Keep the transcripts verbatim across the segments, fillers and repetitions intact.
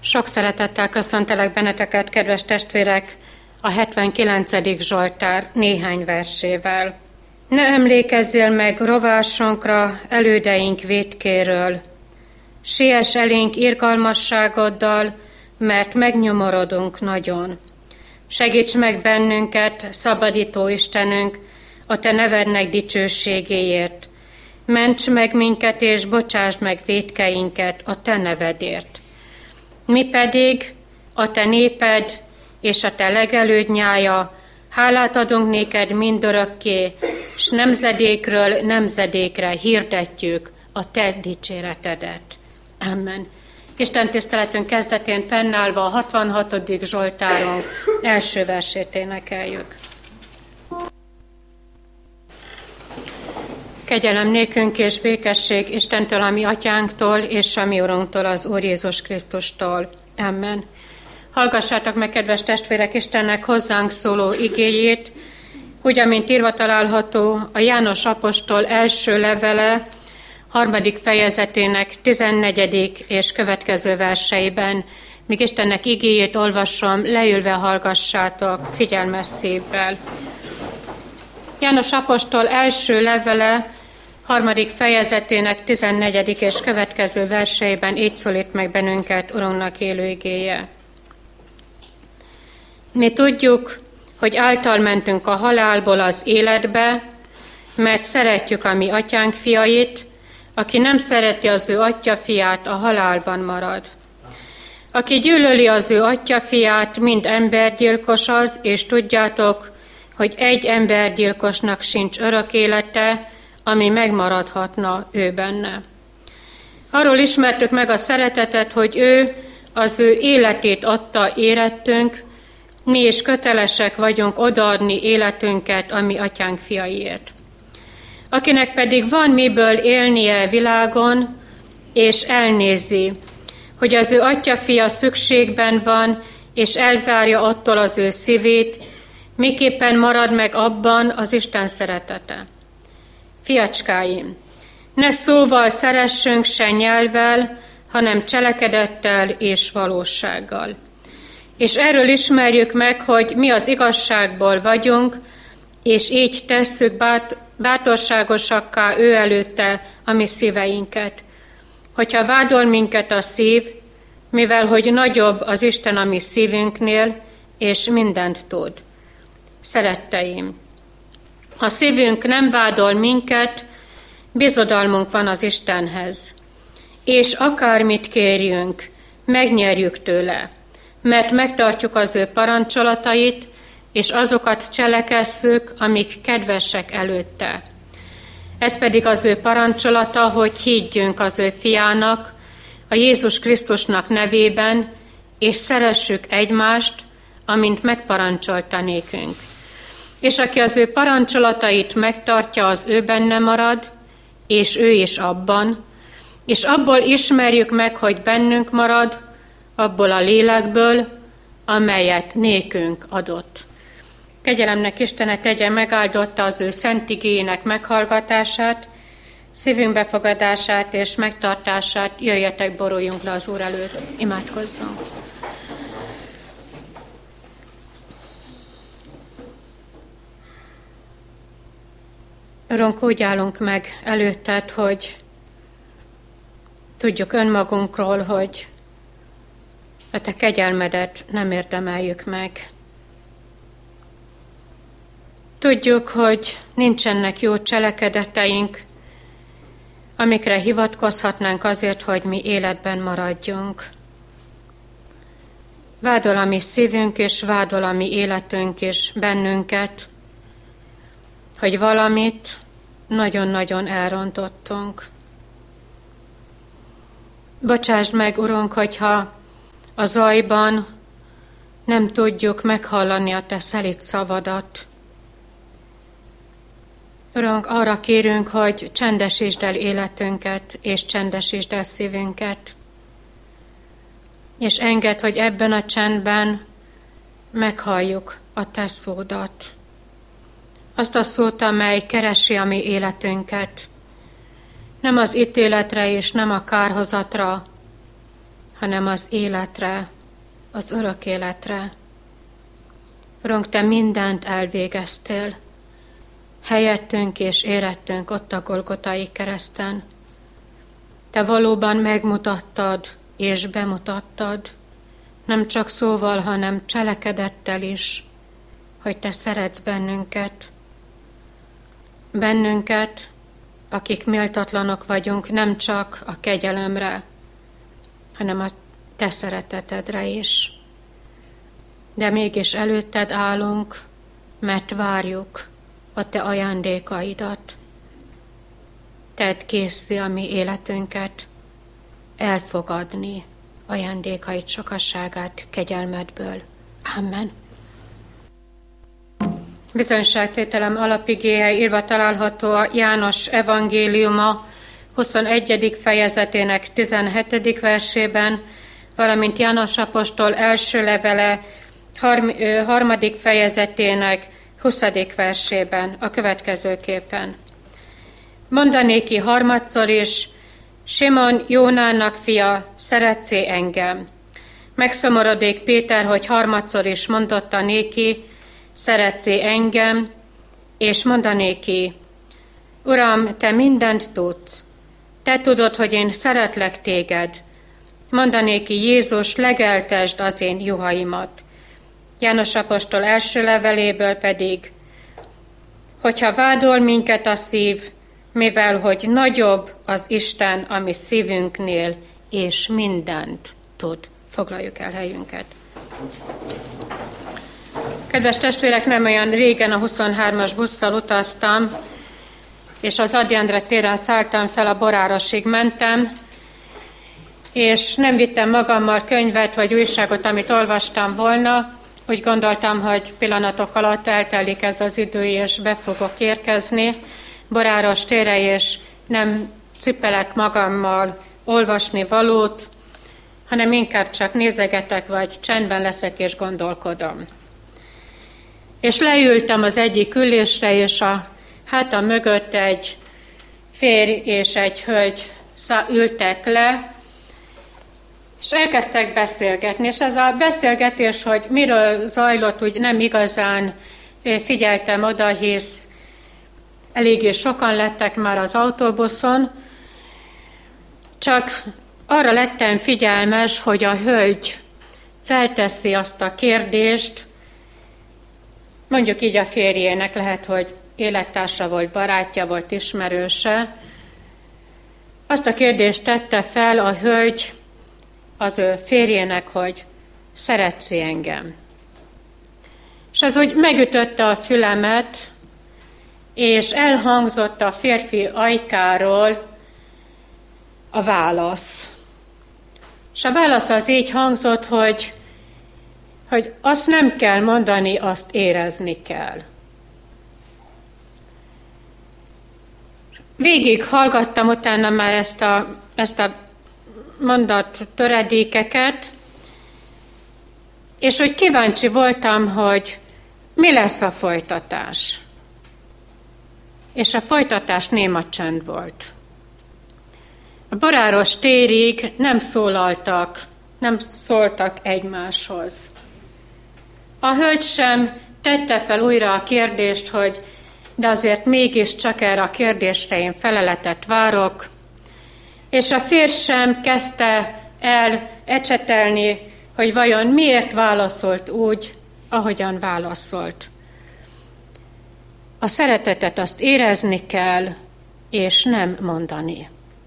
Sok szeretettel köszöntelek benneteket, kedves testvérek, a hetvenkilencedik Zsoltár néhány versével. Ne emlékezzél meg rovásunkra, elődeink vétkéről. Siess elénk irgalmasságoddal, mert megnyomorodunk nagyon. Segíts meg bennünket, szabadító Istenünk, a te nevednek dicsőségéért. Ments meg minket, és bocsásd meg vétkeinket a te nevedért. Mi pedig, a te néped és a te legelődnyája, hálát adunk néked mindörökké, s nemzedékről nemzedékre hirdetjük a te dicséretedet. Amen. Isten tiszteletünk kezdetén fennállva a hatvanhatodik Zsoltárunk első versét énekeljük. Kegyelem nékünk és békesség Istentől, a mi atyánktól, és a mi Urunktól, az Úr Jézus Krisztustól. Amen. Hallgassátok meg, kedves testvérek, Istennek hozzánk szóló igéjét, úgy, amint írva található a János apostol első levele, harmadik fejezetének tizennegyedik és következő verseiben. Míg Istennek igéjét olvasom, leülve hallgassátok figyelmes szívvel. János apostol első levele, harmadik fejezetének tizennegyedik és következő verseiben így szólít meg bennünket Urunknak élő igéje. Mi tudjuk, hogy által mentünk a halálból az életbe, mert szeretjük a mi atyánk fiait, aki nem szereti az ő atyafiát, a halálban marad. Aki gyűlöli az ő atyafiát, mind embergyilkos az, és tudjátok, hogy egy embergyilkosnak sincs örök élete, ami megmaradhatna ő benne. Arról ismertük meg a szeretetet, hogy ő az ő életét adta érettünk, mi is kötelesek vagyunk odaadni életünket a mi atyánk fiaiért. Akinek pedig van miből élnie világon, és elnézi, hogy az ő atyafia szükségben van, és elzárja attól az ő szívét, miképpen marad meg abban az Isten szeretete. Fiacskáim, ne szóval szeressünk, se nyelvvel, hanem cselekedettel és valósággal. És erről ismerjük meg, hogy mi az igazságból vagyunk, és így tesszük bát, bátorságosakká ő előtte a mi szíveinket. Hogyha vádol minket a szív, mivel hogy nagyobb az Isten a mi szívünknél, és mindent tud. Szeretteim, ha szívünk nem vádol minket, bizodalmunk van az Istenhez, és akármit kérjünk, megnyerjük tőle, mert megtartjuk az ő parancsolatait, és azokat cselekesszük, amik kedvesek előtte. Ez pedig az ő parancsolata, hogy higgyünk az ő fiának, a Jézus Krisztusnak nevében, és szeressük egymást, amint megparancsolta nékünk. És aki az ő parancsolatait megtartja, az ő benne marad, és ő is abban, és abból ismerjük meg, hogy bennünk marad, abból a lélekből, amelyet nékünk adott. Kegyelemnek Istene tegye megáldotta az ő szent igéjének meghallgatását, szívünk befogadását és megtartását. Jöjjetek, boruljunk le az Úr előtt, imádkozzunk. Urunk, úgy állunk meg előtted, hogy tudjuk önmagunkról, hogy a te kegyelmedet nem érdemeljük meg. Tudjuk, hogy nincsenek jó cselekedeteink, amikre hivatkozhatnánk azért, hogy mi életben maradjunk. Vádol a mi szívünk, és vádol a mi életünk is bennünket, hogy valamit nagyon-nagyon elrontottunk. Bocsásd meg, Urunk, hogyha a zajban nem tudjuk meghallani a te szelíd szavadat. Urunk, arra kérünk, hogy csendesítsd el életünket, és csendesítsd el szívünket, és engedd, hogy ebben a csendben meghalljuk a te szódat. Azt a szót, amely keresi a mi életünket. Nem az ítéletre és nem a kárhozatra, hanem az életre, az örök életre. Urunk, Te mindent elvégeztél, helyettünk és érettünk ott a Golgotai kereszten. Te valóban megmutattad és bemutattad, nem csak szóval, hanem cselekedettel is, hogy Te szeretsz bennünket. Bennünket, akik méltatlanok vagyunk, nem csak a kegyelemre, hanem a Te szeretetedre is. De mégis előtted állunk, mert várjuk a Te ajándékaidat. Tedd készé a mi életünket elfogadni ajándékaid sokasságát kegyelmedből. Amen. Bizonyságtételem alapigéje írva található a János evangéliuma huszonegyedik fejezetének tizenhetedik versében, valamint János apostol első levele harmadik fejezetének huszadik versében a következőképpen. Mondanéki harmadszor is, Simon Jónának fia, szeretsz-e engem? Megszomorodik Péter, hogy harmadszor is mondotta néki, szeretsz-e engem? És mondanéki, Uram, Te mindent tudsz. Te tudod, hogy én szeretlek téged. Mondanéki Jézus, legeltesd az én juhaimat. János apostol első leveléből pedig, hogyha vádol minket a szív, mivel hogy nagyobb az Isten, ami szívünknél, és mindent tud. Foglaljuk el helyünket. Kedves testvérek, nem olyan régen a huszonhármas busszal utaztam, és az Ady Endre téren szálltam fel, a Borárosig mentem, és nem vittem magammal könyvet vagy újságot, amit olvastam volna. Úgy gondoltam, hogy pillanatok alatt eltelik ez az idő, és be fogok érkezni Boráros térre, és nem cipelek magammal olvasni valót, hanem inkább csak nézegetek, vagy csendben leszek és gondolkodom. És leültem az egyik ülésre, és a hátam mögött egy férj és egy hölgy ültek le, és elkezdtek beszélgetni, és ez a beszélgetés, hogy miről zajlott, úgy nem igazán figyeltem oda, hisz eléggé sokan lettek már az autóbuszon, csak arra lettem figyelmes, hogy a hölgy felteszi azt a kérdést, mondjuk így a férjének, lehet, hogy élettársa volt, barátja volt, ismerőse. Azt a kérdést tette fel a hölgy az ő férjének, hogy szeretsz-e engem? És az úgy megütötte a fülemet, és elhangzott a férfi ajkáról a válasz. És a válasz az így hangzott, hogy, hogy azt nem kell mondani, azt érezni kell. Végig hallgattam utána már ezt a, ezt a mondat töredékeket, és úgy kíváncsi voltam, hogy mi lesz a folytatás. És a folytatás néma csend volt. A Boráros térig nem szólaltak, nem szóltak egymáshoz. A hölgy sem tette fel újra a kérdést, hogy de azért mégiscsak erre a kérdésre én feleletet várok, és a férj sem kezdte el ecsetelni, hogy vajon miért válaszolt úgy, ahogyan válaszolt. A szeretetet azt érezni kell, és nem mondani.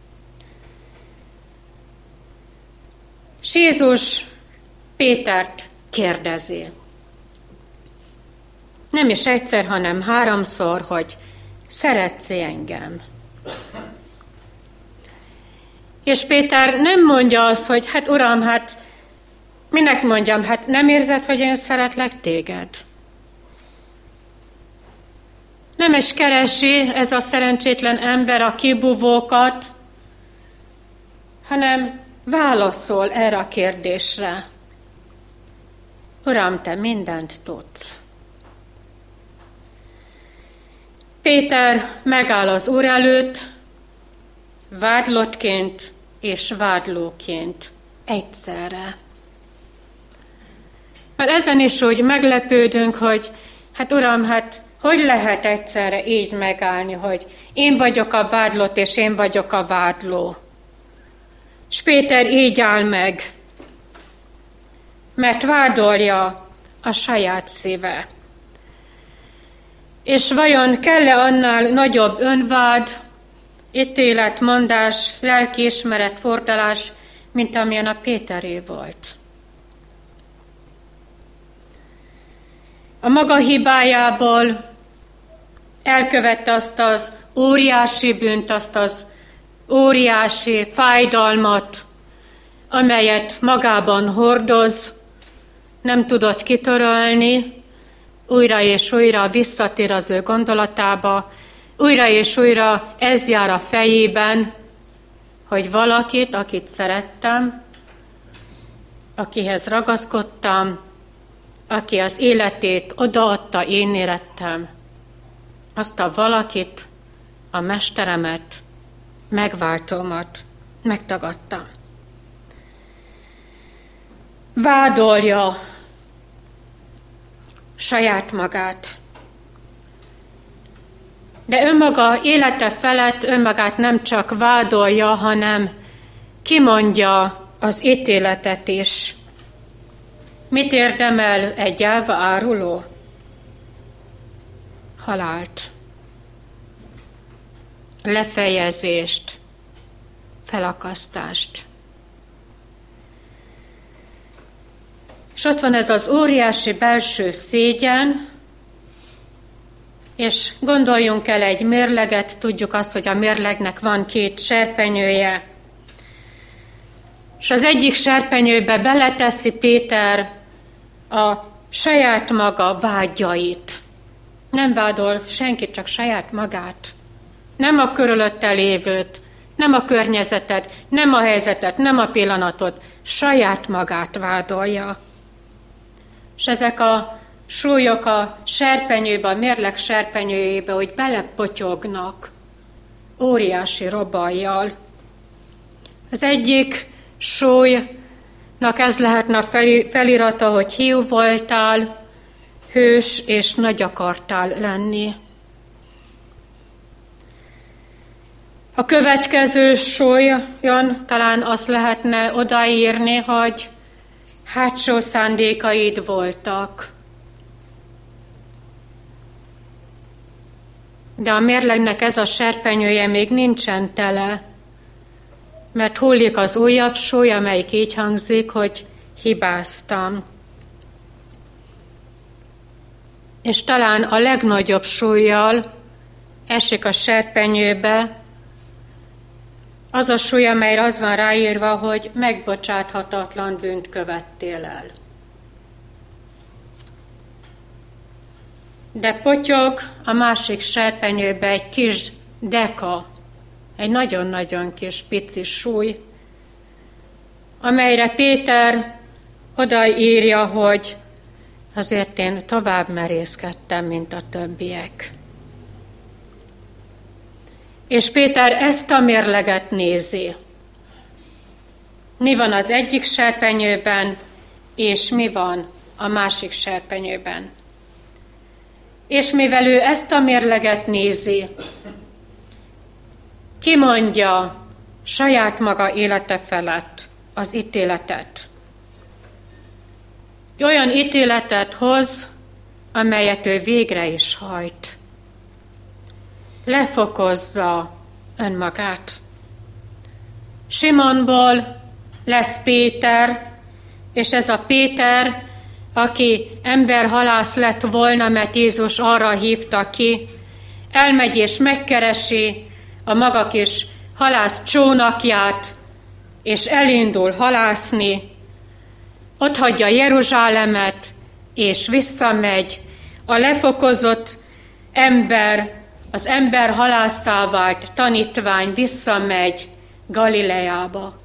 És Jézus Pétert kérdezi. Nem is egyszer, hanem háromszor, hogy szeretsz-e engem? És Péter nem mondja azt, hogy hát Uram, hát minek mondjam, hát nem érzed, hogy én szeretlek téged? Nem is keresi ez a szerencsétlen ember a kibúvókat, hanem válaszol erre a kérdésre. Uram, te mindent tudsz. Péter megáll az Úr előtt, vádlottként és vádlóként egyszerre. Mert ezen is úgy meglepődünk, hogy hát Uram, hát hogy lehet egyszerre így megállni, hogy én vagyok a vádlott, és én vagyok a vádló. És Péter így áll meg, mert vádolja a saját szíve. És vajon kell-e annál nagyobb önvád, ítéletmondás, lelkiismeret fordulás, mint amilyen a Péteré volt? A maga hibájából elkövette azt az óriási bűnt, azt az óriási fájdalmat, amelyet magában hordoz, nem tudott kitörölni, újra és újra visszatér az ő gondolatába, újra és újra ez jár a fejében, hogy valakit, akit szerettem, akihez ragaszkodtam, aki az életét odaadta, én érettem, azt a valakit, a mesteremet, megváltómat megtagadtam. Vádolja saját magát. De önmaga élete felett önmagát nem csak vádolja, hanem kimondja az ítéletet is. Mit érdemel egy gyáva áruló? Halált, lefejezést, felakasztást. És ott van ez az óriási belső szégyen, és gondoljunk el egy mérleget, tudjuk azt, hogy a mérlegnek van két serpenyője, és az egyik serpenyőbe beleteszi Péter a saját maga vágyait. Nem vádol senkit, csak saját magát. Nem a körülötte lévőt, nem a környezetet, nem a helyzetet, nem a pillanatot, saját magát vádolja. És ezek a súlyok a serpenyőbe, a mérleg serpenyőjébe, hogy belepotyognak óriási robajjal. Az egyik súlynak ez lehetne a felirata, hogy hiú voltál, hős és nagy akartál lenni. A következő súlyon talán azt lehetne odaírni, hogy hátsó szándékaid voltak. De a mérlegnek ez a serpenyője még nincsen tele, mert hullik az újabb súly, amelyik így hangzik, hogy hibáztam. És talán a legnagyobb súllyal esik a serpenyőbe az a súly, amelyre az van ráírva, hogy megbocsáthatatlan bűnt követtél el. De potyog a másik serpenyőbe egy kis deka, egy nagyon-nagyon kis pici súly, amelyre Péter odaírja, hogy azért én tovább merészkedtem, mint a többiek. És Péter ezt a mérleget nézi. Mi van az egyik serpenyőben, és mi van a másik serpenyőben. És mivel ő ezt a mérleget nézi, kimondja saját maga élete felett az ítéletet. Olyan ítéletet hoz, amelyet ő végre is hajt. Lefokozza önmagát. Simonból lesz Péter, és ez a Péter, aki emberhalász lett volna, mert Jézus arra hívta ki, elmegy és megkeresi a maga kis halász csónakját, és elindul halászni, ott hagyja Jeruzsálemet, és visszamegy. A lefokozott ember, az ember halásszá vált tanítvány visszamegy Galileába.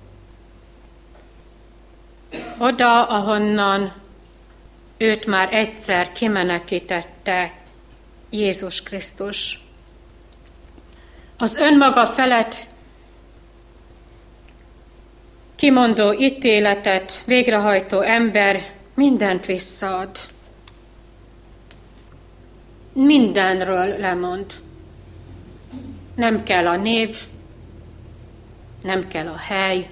Oda, ahonnan őt már egyszer kimenekítette Jézus Krisztus. Az önmaga felett kimondó ítéletet végrehajtó ember mindent visszaad. Mindenről lemond. Nem kell a név, nem kell a hely,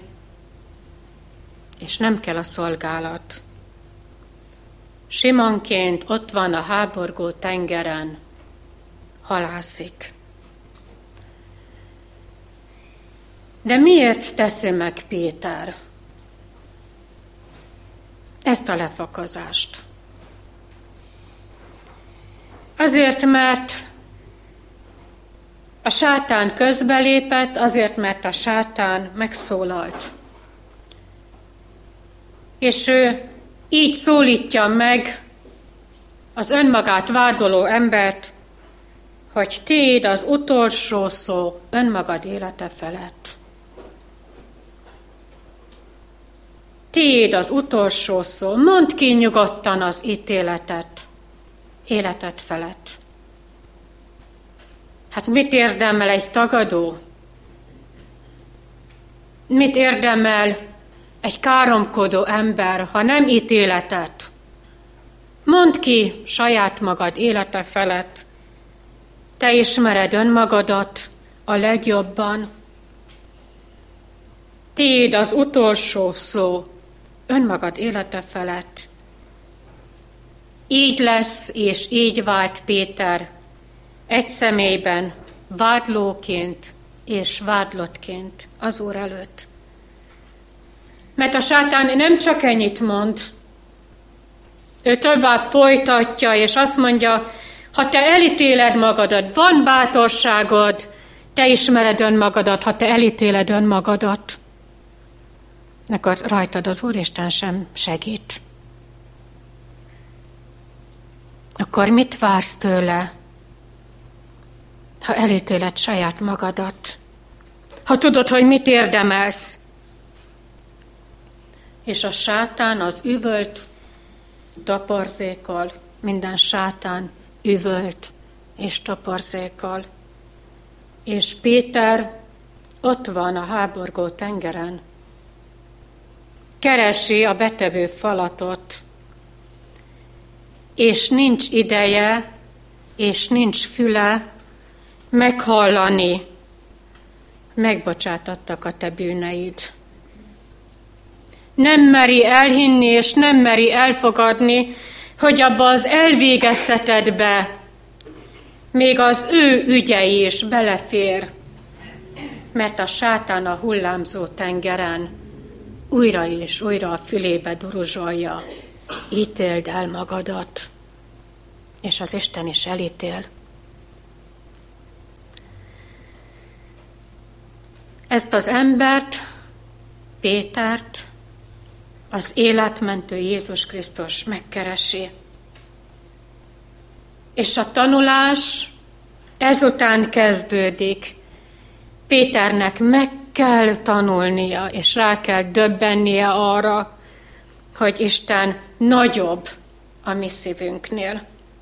és nem kell a szolgálat. Simonként ott van a háborgó tengeren, halászik. De miért teszi meg Péter ezt a lefakazást? Azért, mert a sátán közbelépett, azért, mert a sátán megszólalt. És ő így szólítja meg az önmagát vádoló embert, hogy tiéd az utolsó szó önmagad élete felett. Tiéd az utolsó szó, mondd ki nyugodtan az ítéletet, életed felett. Hát mit érdemel egy tagadó? Mit érdemel egy káromkodó ember, ha nem ítéletet? Mondd ki saját magad élete felett. Te ismered önmagadat a legjobban. Tiéd az utolsó szó önmagad élete felett. Így lesz és így vált Péter egy személyben vádlóként és vádlottként az Úr előtt. Mert a sátán nem csak ennyit mond, ő tovább folytatja, és azt mondja, ha te elítéled magadat, van bátorságod, te ismered önmagadat, ha te elítéled önmagadat, akkor rajtad az Úristen sem segít. Akkor mit vársz tőle, ha elítéled saját magadat? Ha tudod, hogy mit érdemelsz? És a sátán az üvölt toporzékkal, minden sátán üvölt és toporzékkal. És Péter ott van a háborgó tengeren. Keresi a betevő falatot, és nincs ideje, és nincs füle meghallani. Megbocsátattak a te bűneid. Nem meri elhinni, és nem meri elfogadni, hogy abba az elvégeztetedbe még az ő ügyei is belefér, mert a sátán a hullámzó tengeren újra és újra a fülébe duruzsolja. Ítéld el magadat, és az Isten is elítél. Ezt az embert, Pétert, az életmentő Jézus Krisztus megkeresi. És a tanulás ezután kezdődik. Péternek meg kell tanulnia, és rá kell döbbennie arra, hogy Isten nagyobb a mi szívünknél.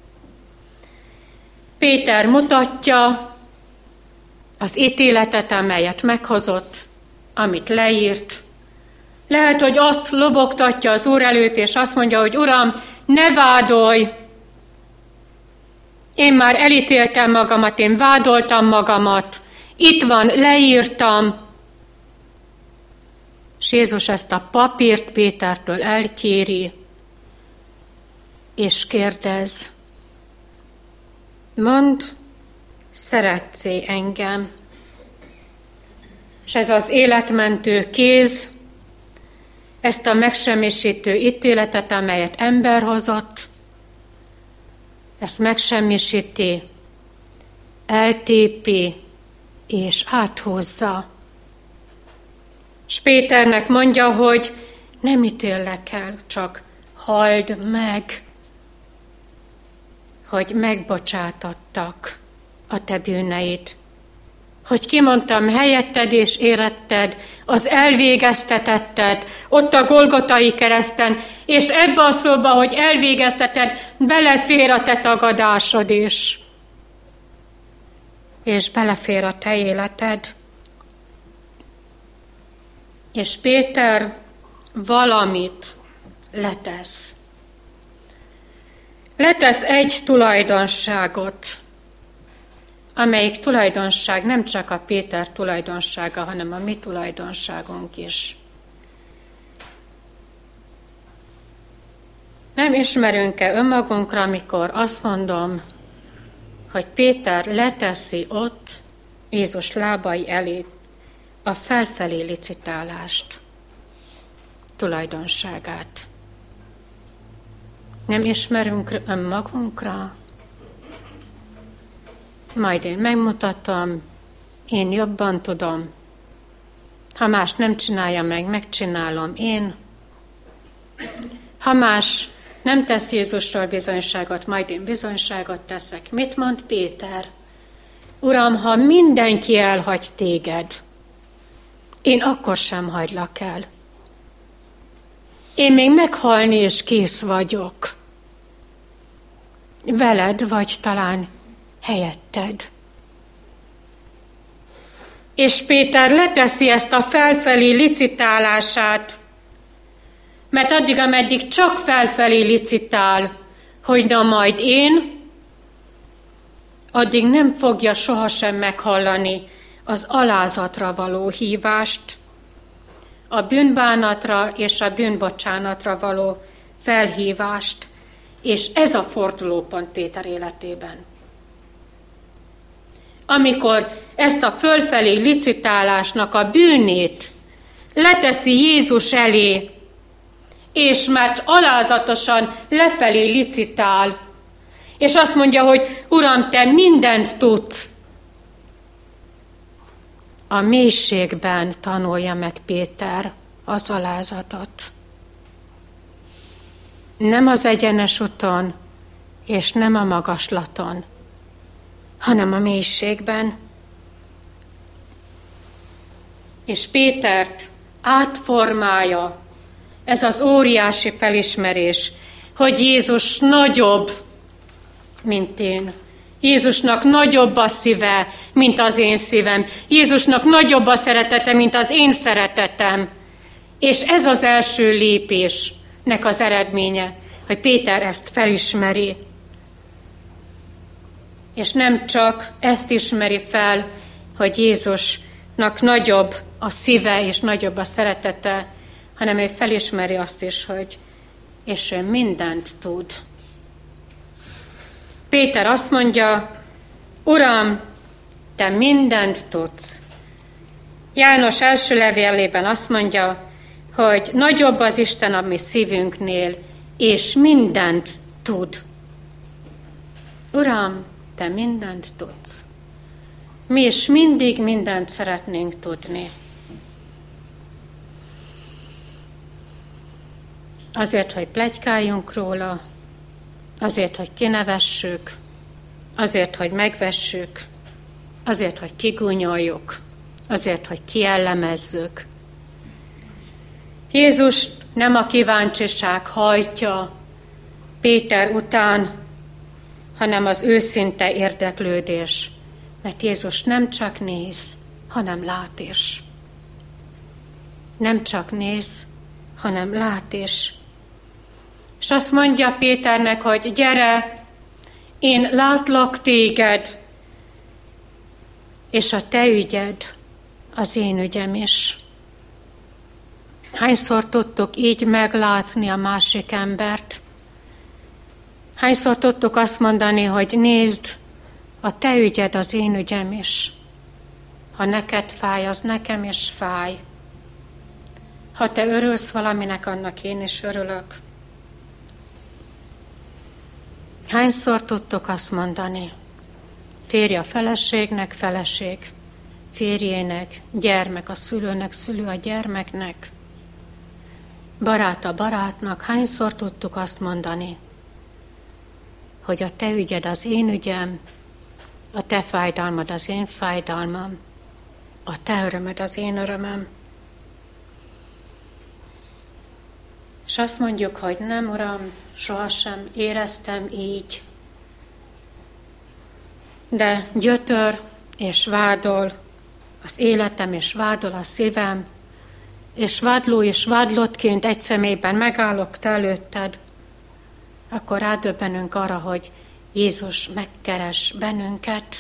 Péter mutatja az ítéletet, amelyet meghozott, amit leírt. Lehet, hogy azt lobogtatja az Úr előtt, és azt mondja, hogy Uram, ne vádolj! Én már elítéltem magamat, én vádoltam magamat, itt van, leírtam. És Jézus ezt a papírt Pétertől elkéri, és kérdez, mondd, szeretsz-e engem? És ez az életmentő kéz, ezt a megsemmisítő ítéletet, amelyet ember hozott, ezt megsemmisíti, eltépi és áthúzza. És Péternek mondja, hogy nem ítéllek el, csak halld meg, hogy megbocsátattak a te bűneid. Hogy kimondtam helyetted és éretted, az elvégeztetetted, ott a Golgotai kereszten, és ebbe a szóba, hogy elvégezteted, belefér a te tagadásod is. És belefér a te életed. És Péter valamit letesz. Letesz egy tulajdonságot, amelyik tulajdonság nem csak a Péter tulajdonsága, hanem a mi tulajdonságunk is. Nem ismerünk-e önmagunkra, amikor azt mondom, hogy Péter leteszi ott Jézus lábai elé a felfelé licitálást, tulajdonságát. Nem ismerünk önmagunkra? Majd én megmutatom, én jobban tudom. Ha más nem csinálja meg, megcsinálom én. Ha más nem tesz Jézusról bizonyságot, majd én bizonyságot teszek. Mit mond Péter? Uram, ha mindenki elhagy téged, én akkor sem hagylak el. Én még meghalni is kész vagyok. Veled, vagy talán helyetted. És Péter leteszi ezt a felfelé licitálását, mert addig, ameddig csak felfelé licitál, hogy na majd én, addig nem fogja sohasem meghallani az alázatra való hívást, a bűnbánatra és a bűnbocsánatra való felhívást, és ez a fordulópont Péter életében. Amikor ezt a fölfelé licitálásnak a bűnét leteszi Jézus elé, és már alázatosan lefelé licitál, és azt mondja, hogy Uram, te mindent tudsz. A mélységben tanulja meg Péter az alázatot. Nem az egyenes úton, és nem a magaslaton, hanem a mélységben. És Pétert átformálja ez az óriási felismerés, hogy Jézus nagyobb, mint én. Jézusnak nagyobb a szíve, mint az én szívem. Jézusnak nagyobb a szeretete, mint az én szeretetem. És ez az első lépésnek az eredménye, hogy Péter ezt felismeri. És nem csak ezt ismeri fel, hogy Jézusnak nagyobb a szíve és nagyobb a szeretete, hanem ő felismeri azt is, hogy és ő mindent tud. Péter azt mondja, Uram, te mindent tudsz. János első levélében azt mondja, hogy nagyobb az Isten a mi szívünknél, és mindent tud. Uram, te mindent tudsz. Mi is mindig mindent szeretnénk tudni. Azért, hogy pletykáljunk róla, azért, hogy kinevessük, azért, hogy megvessük, azért, hogy kigúnyoljuk, azért, hogy kiellemezzük. Jézus nem a kíváncsiság hajtja Péter után, hanem az őszinte érdeklődés, mert Jézus nem csak néz, hanem lát is. Nem csak néz, hanem lát is. És azt mondja Péternek, hogy gyere, én látlak téged, és a te ügyed az én ügyem is. Hányszor tudtuk így meglátni a másik embert? Hányszor tudtuk azt mondani, hogy nézd, a te ügyed az én ügyem is. Ha neked fáj, az nekem is fáj. Ha te örülsz valaminek, annak én is örülök. Hányszor tudtok azt mondani? Férj a feleségnek, feleség, férjének, gyermek a szülőnek, szülő a gyermeknek, barát a barátnak. Hányszor tudtuk azt mondani, hogy a te ügyed az én ügyem, a te fájdalmad az én fájdalmam, a te örömöd az én örömöm. És azt mondjuk, hogy nem, Uram, sohasem éreztem így. De gyötör és vádol az életem, és vádol a szívem, és vádló és vádlottként egy személyben megállok te előtted, akkor rádöbbenünk arra, hogy Jézus megkeres bennünket.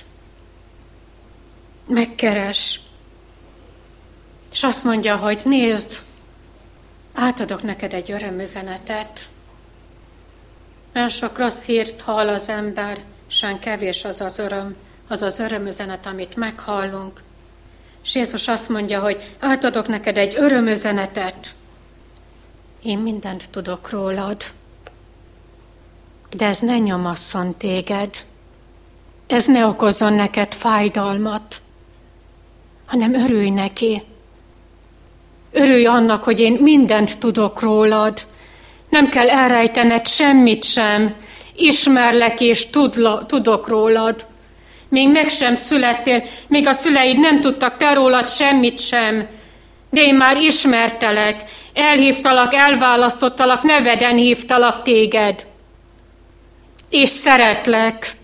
Megkeres. És azt mondja, hogy nézd, átadok neked egy örömüzenetet. Nagyon sok rossz hírt hall az ember, sem kevés az az öröm, az az örömüzenet, amit meghallunk. És Jézus azt mondja, hogy átadok neked egy örömüzenetet. Én mindent tudok rólad. De ez ne nyomasszon téged. Ez ne okozzon neked fájdalmat, hanem örülj neki. Örülj annak, hogy én mindent tudok rólad. Nem kell elrejtened semmit sem. Ismerlek és tudla, tudok rólad. Még meg sem születtél, még a szüleid nem tudtak te rólad semmit sem. De én már ismertelek, elhívtalak, elválasztottalak, neveden hívtalak téged. És szeretlek.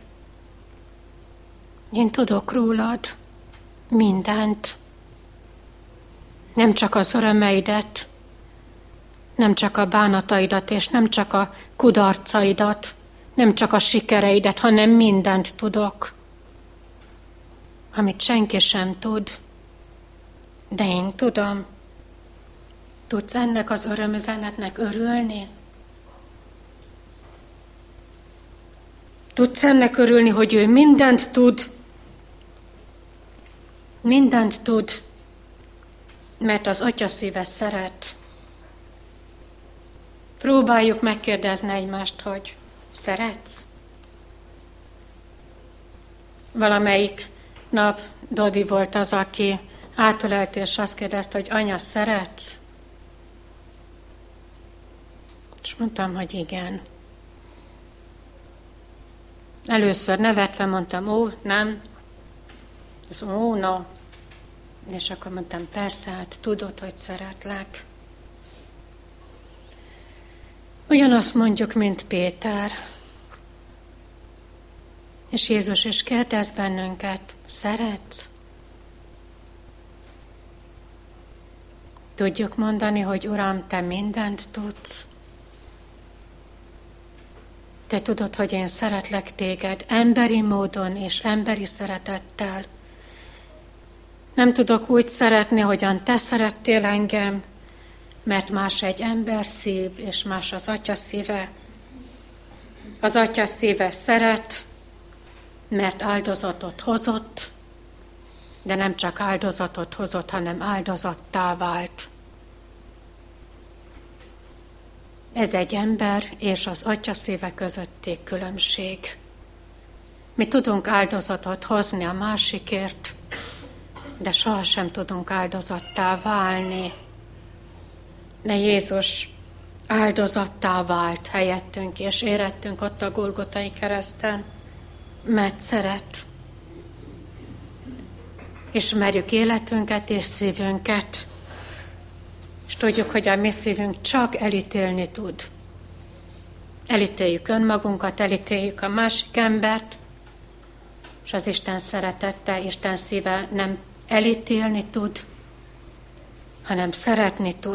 Én tudok rólad mindent. Nem csak az örömeidet, nem csak a bánataidat, és nem csak a kudarcaidat, nem csak a sikereidet, hanem mindent tudok, amit senki sem tud, de én tudom. Tudsz ennek az örömüzenetnek örülni? Tudsz ennek örülni, hogy ő mindent tud? Mindent tud, mert az Atya szíve szeret. Próbáljuk megkérdezni egymást, hogy szeretsz? Valamelyik nap Dodi volt az, aki átölelt, és azt kérdezte, hogy anya, szeretsz? És mondtam, hogy igen. Először nevetve mondtam, ó, nem. Ez ó, no. És akkor mondtam, persze, hát tudod, hogy szeretlek. Ugyanazt mondjuk, mint Péter. És Jézus is kérdez bennünket, szeretsz? Tudjuk mondani, hogy Uram, te mindent tudsz. Te tudod, hogy én szeretlek téged emberi módon és emberi szeretettel. Nem tudok úgy szeretni, hogyan te szerettél engem, mert más egy ember szív, és más az Atya szíve. Az Atya szíve szeret, mert áldozatot hozott, de nem csak áldozatot hozott, hanem áldozattá vált. Ez egy ember és az Atya szíve közötti különbség. Mi tudunk áldozatot hozni a másikért, de sohasem tudunk áldozattá válni. De Jézus áldozattá vált helyettünk, és érettünk ott a Golgotai kereszten, mert szeret. Ismerjük életünket és szívünket, és tudjuk, hogy a mi szívünk csak elítélni tud. Elítéljük önmagunkat, elítéljük a másik embert, és az Isten szeretete, Isten szíve nem elítélni tud, hanem szeretni tud.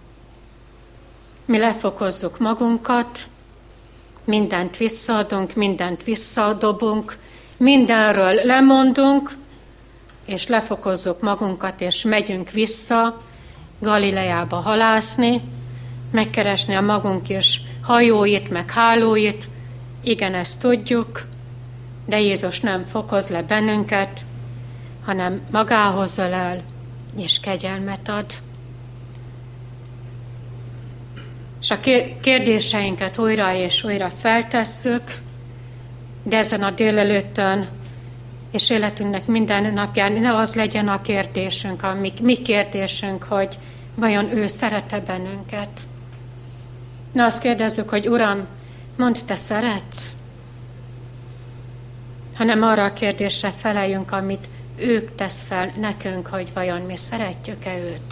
Mi lefokozzuk magunkat, mindent visszaadunk, mindent visszadobunk, mindenről lemondunk, és lefokozzuk magunkat, és megyünk vissza Galileába halászni, megkeresni a magunk is hajóit, meg hálóit. Igen, ezt tudjuk, de Jézus nem fokoz le bennünket, hanem magához ölel, és kegyelmet ad. És a kérdéseinket újra és újra feltesszük, de ezen a délelőttön és életünknek minden napján ne az legyen a kérdésünk, a mi, mi kérdésünk, hogy vajon ő szeret-e bennünket. Ne azt kérdezzük, hogy Uram, mondd, te szeretsz? Hanem arra a kérdésre feleljünk, amit ő tesz fel nekünk, hogy vajon mi szeretjük-e őt.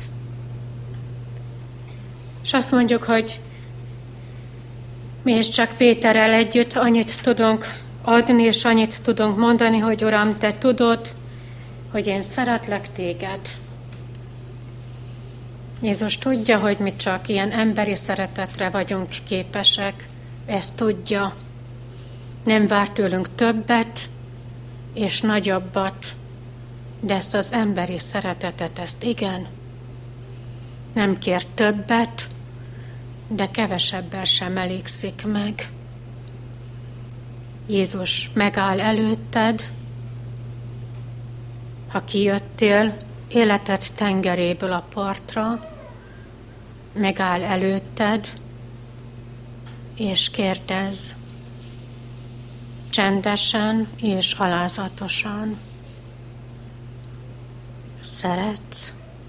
És azt mondjuk, hogy mi is csak Péterrel együtt annyit tudunk adni, és annyit tudunk mondani, hogy Uram, te tudod, hogy én szeretlek téged. Jézus tudja, hogy mi csak ilyen emberi szeretetre vagyunk képesek. Ezt tudja. Nem vár tőlünk többet és nagyobbat, de ezt az emberi szeretetet, ezt igen. Nem kér többet, de kevesebbel sem elégszik meg. Jézus megáll előtted, ha kijöttél életed tengeréből a partra, megáll előtted, és kérdez csendesen és alázatosan: szeretsz?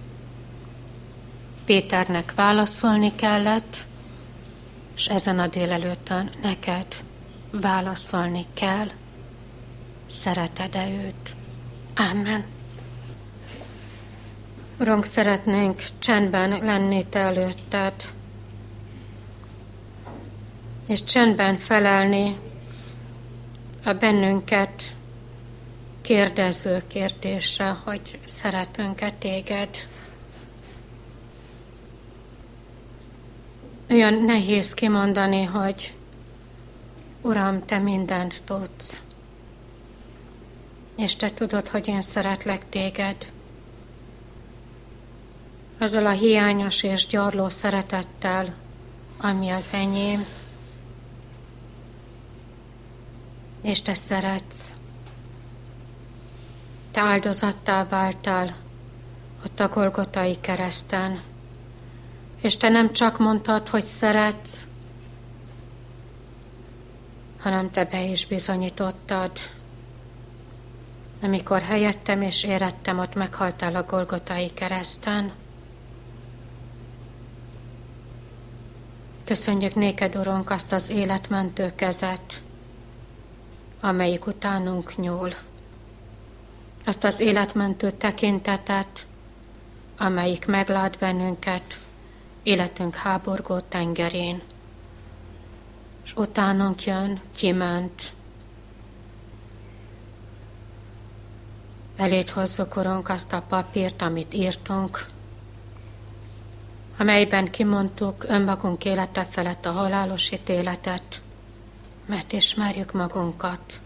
Péternek válaszolni kellett, és ezen a délelőttön neked válaszolni kell. Szereted-e őt? Amen. Urunk, szeretnénk csendben lenni te előtted, és csendben felelni a bennünket kérdező kérdésre, hogy szeretünk-e téged. Olyan nehéz kimondani, hogy Uram, te mindent tudsz, és te tudod, hogy én szeretlek téged. Azzal a hiányos és gyarló szeretettel, ami az enyém, és te szeretsz. Te áldozattá váltál ott a Golgotai kereszten, és te nem csak mondtad, hogy szeretsz, hanem te be is bizonyítottad. Amikor helyettem és érettem, ott meghaltál a Golgotai kereszten. Köszönjük néked, Urunk, azt az életmentő kezet, amelyik utánunk nyúl. Azt az életmentő tekintetet, amelyik meglát bennünket életünk háborgó tengerén. És utánunk jön, kiment. Eléd hozzuk, Urunk, azt a papírt, amit írtunk, amelyben kimondtuk önmagunk élete felett a halálos ítéletet, mert ismerjük magunkat.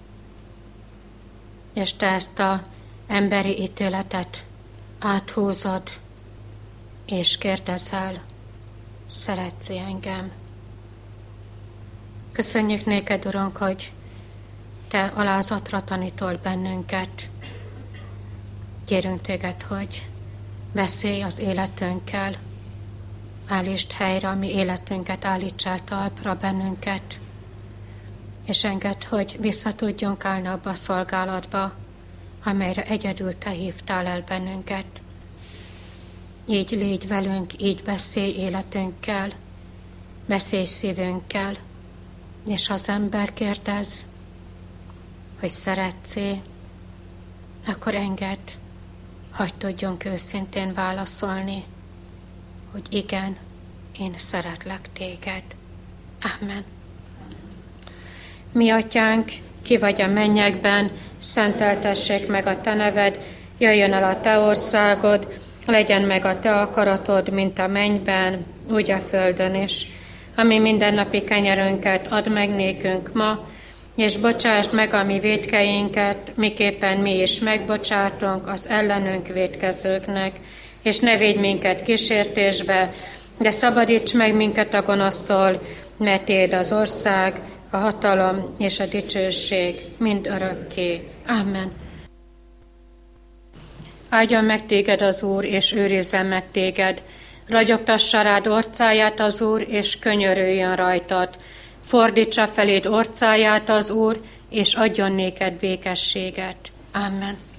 És te ezt az emberi ítéletet áthúzod, és kérdezel: szeretsz engem? Köszönjük néked, Urunk, hogy te alázatra tanítol bennünket. Kérünk téged, hogy beszélj az életünkkel, állítsd helyre a mi életünket, állítsál talpra bennünket, és engedd, hogy vissza tudjunk állni abba a szolgálatba, amelyre egyedül te hívtál el bennünket. Így légy velünk, így beszélj életünkkel, beszélj szívünkkel, és ha az ember kérdez, hogy szeretsz-e, akkor engedd, hogy tudjunk őszintén válaszolni, hogy igen, én szeretlek téged. Amen. Mi atyánk, ki vagy a mennyekben, szenteltessék meg a te neved, jöjjön el a te országod, legyen meg a te akaratod, mint a mennyben, úgy a földön is. Ami mindennapi kenyerünket add meg nékünk ma, és bocsásd meg a mi vétkeinket, miképpen mi is megbocsátunk az ellenünk vétkezőknek, és ne védj minket kísértésbe, de szabadíts meg minket a gonosztól, mert tiéd az ország, a hatalom és a dicsőség mind örökké. Amen. Áldjon meg téged az Úr, és őrizzen meg téged. Ragyogtassa rád orcáját az Úr, és könyörüljön rajtad. Fordítsa feléd orcáját az Úr, és adjon néked békességet. Amen.